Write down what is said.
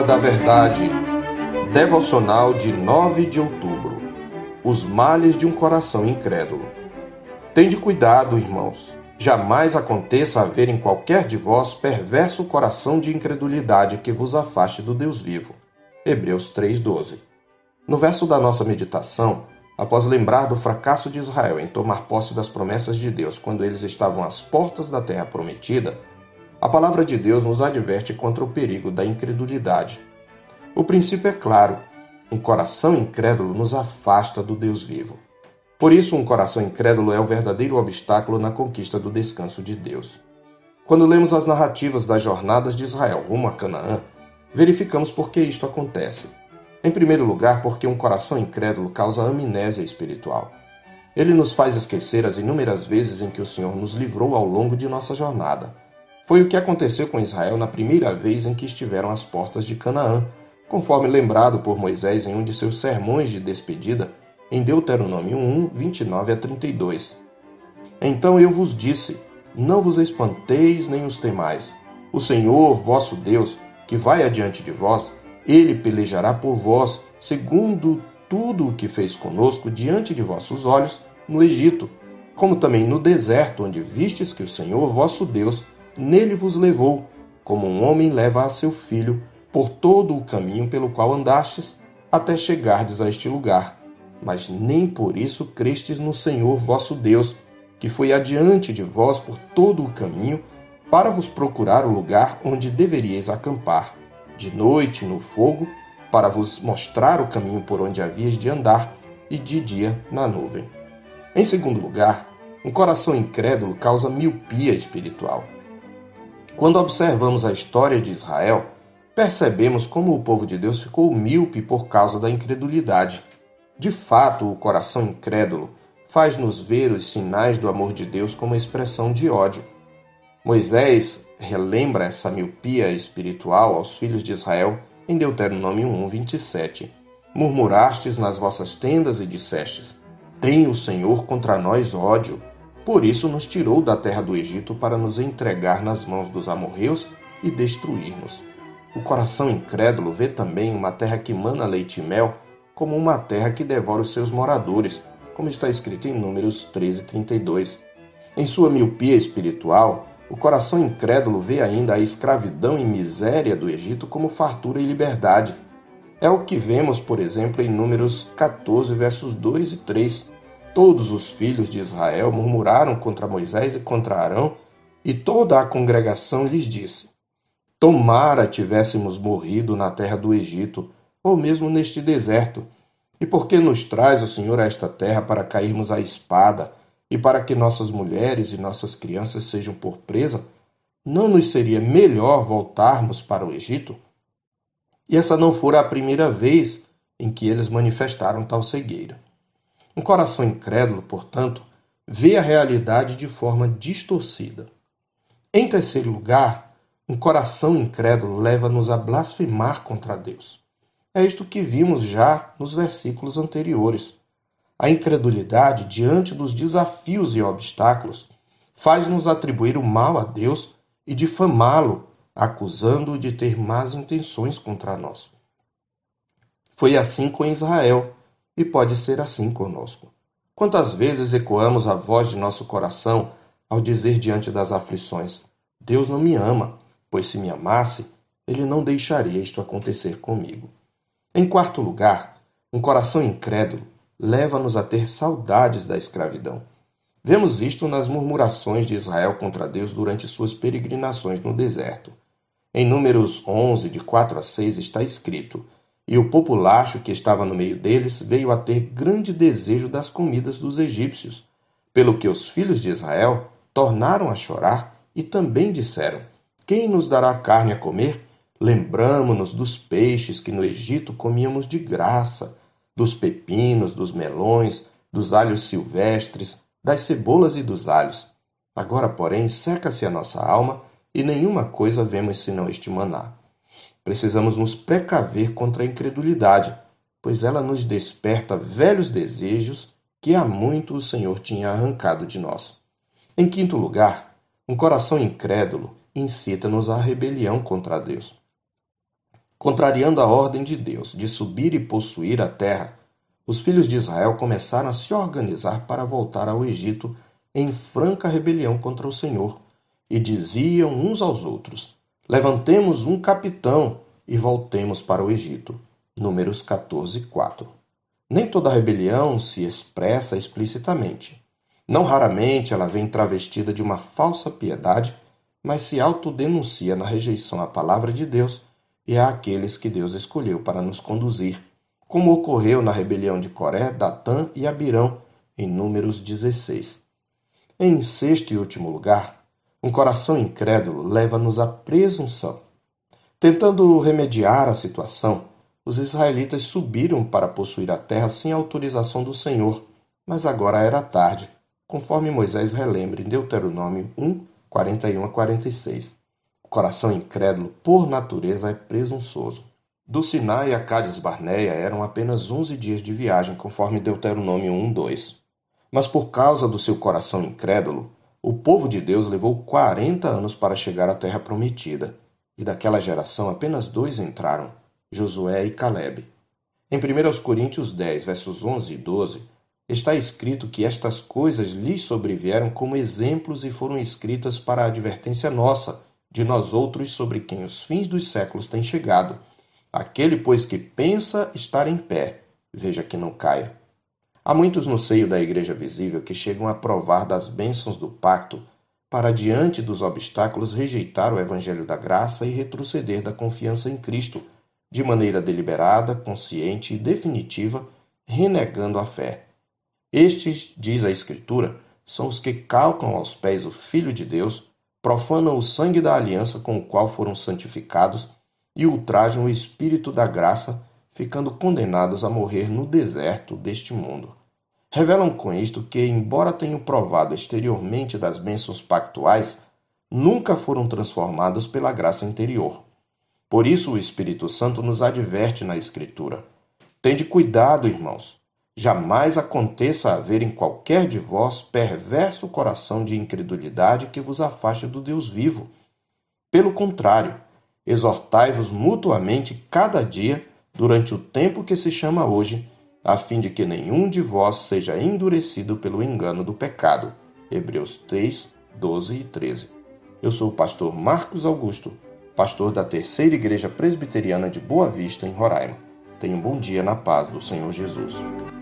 da Verdade, devocional de 9 de outubro. Os males de um coração incrédulo. Tende cuidado, irmãos. Jamais aconteça haver em qualquer de vós perverso coração de incredulidade que vos afaste do Deus vivo. Hebreus 3:12. No verso da nossa meditação, após lembrar do fracasso de Israel em tomar posse das promessas de Deus quando eles estavam às portas da terra prometida, a palavra de Deus nos adverte contra o perigo da incredulidade. O princípio é claro: um coração incrédulo nos afasta do Deus vivo. Por isso, um coração incrédulo é o verdadeiro obstáculo na conquista do descanso de Deus. Quando lemos as narrativas das jornadas de Israel rumo a Canaã, verificamos por que isto acontece. Em primeiro lugar, porque um coração incrédulo causa amnésia espiritual. Ele nos faz esquecer as inúmeras vezes em que o Senhor nos livrou ao longo de nossa jornada. Foi o que aconteceu com Israel na primeira vez em que estiveram às portas de Canaã, conforme lembrado por Moisés em um de seus sermões de despedida, em Deuteronômio 1, 29 a 32. Então eu vos disse: não vos espanteis nem os temais. O Senhor, vosso Deus, que vai adiante de vós, ele pelejará por vós, segundo tudo o que fez conosco diante de vossos olhos no Egito, como também no deserto, onde vistes que o Senhor, vosso Deus, nele vos levou, como um homem leva a seu filho, por todo o caminho pelo qual andastes, até chegardes a este lugar. Mas nem por isso crestes no Senhor vosso Deus, que foi adiante de vós por todo o caminho, para vos procurar o lugar onde deveríeis acampar, de noite no fogo, para vos mostrar o caminho por onde havíeis de andar, e de dia na nuvem. Em segundo lugar, um coração incrédulo causa miopia espiritual. Quando observamos a história de Israel, percebemos como o povo de Deus ficou míope por causa da incredulidade. De fato, o coração incrédulo faz-nos ver os sinais do amor de Deus como expressão de ódio. Moisés relembra essa miopia espiritual aos filhos de Israel em Deuteronômio 1, 27. Murmurastes nas vossas tendas e dissestes: tem o Senhor contra nós ódio. Por isso nos tirou da terra do Egito para nos entregar nas mãos dos amorreus e destruir-nos. O coração incrédulo vê também uma terra que mana leite e mel como uma terra que devora os seus moradores, como está escrito em Números 13:32. Em sua miopia espiritual, o coração incrédulo vê ainda a escravidão e miséria do Egito como fartura e liberdade. É o que vemos, por exemplo, em Números 14, versos 2 e 3. Todos os filhos de Israel murmuraram contra Moisés e contra Arão, e toda a congregação lhes disse: tomara tivéssemos morrido na terra do Egito, ou mesmo neste deserto. E por que nos traz o Senhor a esta terra para cairmos à espada, e para que nossas mulheres e nossas crianças sejam por presa? Não nos seria melhor voltarmos para o Egito? E essa não fora a primeira vez em que eles manifestaram tal cegueira. Um coração incrédulo, portanto, vê a realidade de forma distorcida. Em terceiro lugar, um coração incrédulo leva-nos a blasfemar contra Deus. É isto que vimos já nos versículos anteriores. A incredulidade diante dos desafios e obstáculos faz-nos atribuir o mal a Deus e difamá-lo, acusando-o de ter más intenções contra nós. Foi assim com Israel e pode ser assim conosco. Quantas vezes ecoamos a voz de nosso coração ao dizer diante das aflições: Deus não me ama, pois se me amasse, ele não deixaria isto acontecer comigo. Em quarto lugar, um coração incrédulo leva-nos a ter saudades da escravidão. Vemos isto nas murmurações de Israel contra Deus durante suas peregrinações no deserto. Em Números 11, de 4 a 6, está escrito: e o populacho que estava no meio deles veio a ter grande desejo das comidas dos egípcios, pelo que os filhos de Israel tornaram a chorar e também disseram: quem nos dará carne a comer? Lembramo-nos dos peixes que no Egito comíamos de graça, dos pepinos, dos melões, dos alhos silvestres, das cebolas e dos alhos. Agora, porém, seca-se a nossa alma e nenhuma coisa vemos senão este maná. Precisamos nos precaver contra a incredulidade, pois ela nos desperta velhos desejos que há muito o Senhor tinha arrancado de nós. Em quinto lugar, um coração incrédulo incita-nos à rebelião contra Deus. Contrariando a ordem de Deus de subir e possuir a terra, os filhos de Israel começaram a se organizar para voltar ao Egito em franca rebelião contra o Senhor, e diziam uns aos outros: Levantemos um capitão e voltemos para o Egito. Números 14:4. Nem toda rebelião se expressa explicitamente. Não raramente ela vem travestida de uma falsa piedade, mas se autodenuncia na rejeição à palavra de Deus e àqueles que Deus escolheu para nos conduzir, como ocorreu na rebelião de Coré, Datã e Abirão, em Números 16. Em sexto e último lugar, um coração incrédulo leva-nos à presunção. Tentando remediar a situação, os israelitas subiram para possuir a terra sem autorização do Senhor, mas agora era tarde, conforme Moisés relembra em Deuteronômio 1, 41 a 46. O coração incrédulo, por natureza, é presunçoso. Do Sinai a Cádiz Barneia eram apenas 11 dias de viagem, conforme Deuteronômio 1, 2. Mas por causa do seu coração incrédulo, o povo de Deus levou 40 anos para chegar à terra prometida, e daquela geração apenas 2 entraram, Josué e Calebe. Em 1 Coríntios 10, versos 11 e 12, está escrito que estas coisas lhes sobrevieram como exemplos e foram escritas para a advertência nossa, de nós outros sobre quem os fins dos séculos têm chegado. Aquele, pois, que pensa estar em pé, veja que não caia. Há muitos no seio da Igreja Visível que chegam a provar das bênçãos do pacto para, diante dos obstáculos, rejeitar o Evangelho da graça e retroceder da confiança em Cristo, de maneira deliberada, consciente e definitiva, renegando a fé. Estes, diz a Escritura, são os que calcam aos pés o Filho de Deus, profanam o sangue da aliança com o qual foram santificados e ultrajam o Espírito da graça, ficando condenados a morrer no deserto deste mundo. Revelam com isto que, embora tenham provado exteriormente das bênçãos pactuais, nunca foram transformados pela graça interior. Por isso o Espírito Santo nos adverte na Escritura. Tende cuidado, irmãos. Jamais aconteça haver em qualquer de vós perverso coração de incredulidade que vos afaste do Deus vivo. Pelo contrário, exortai-vos mutuamente cada dia, durante o tempo que se chama hoje, a fim de que nenhum de vós seja endurecido pelo engano do pecado. Hebreus 3, 12 e 13. Eu sou o pastor Marcos Augusto, pastor da Terceira Igreja Presbiteriana de Boa Vista, em Roraima. Tenha um bom dia na paz do Senhor Jesus.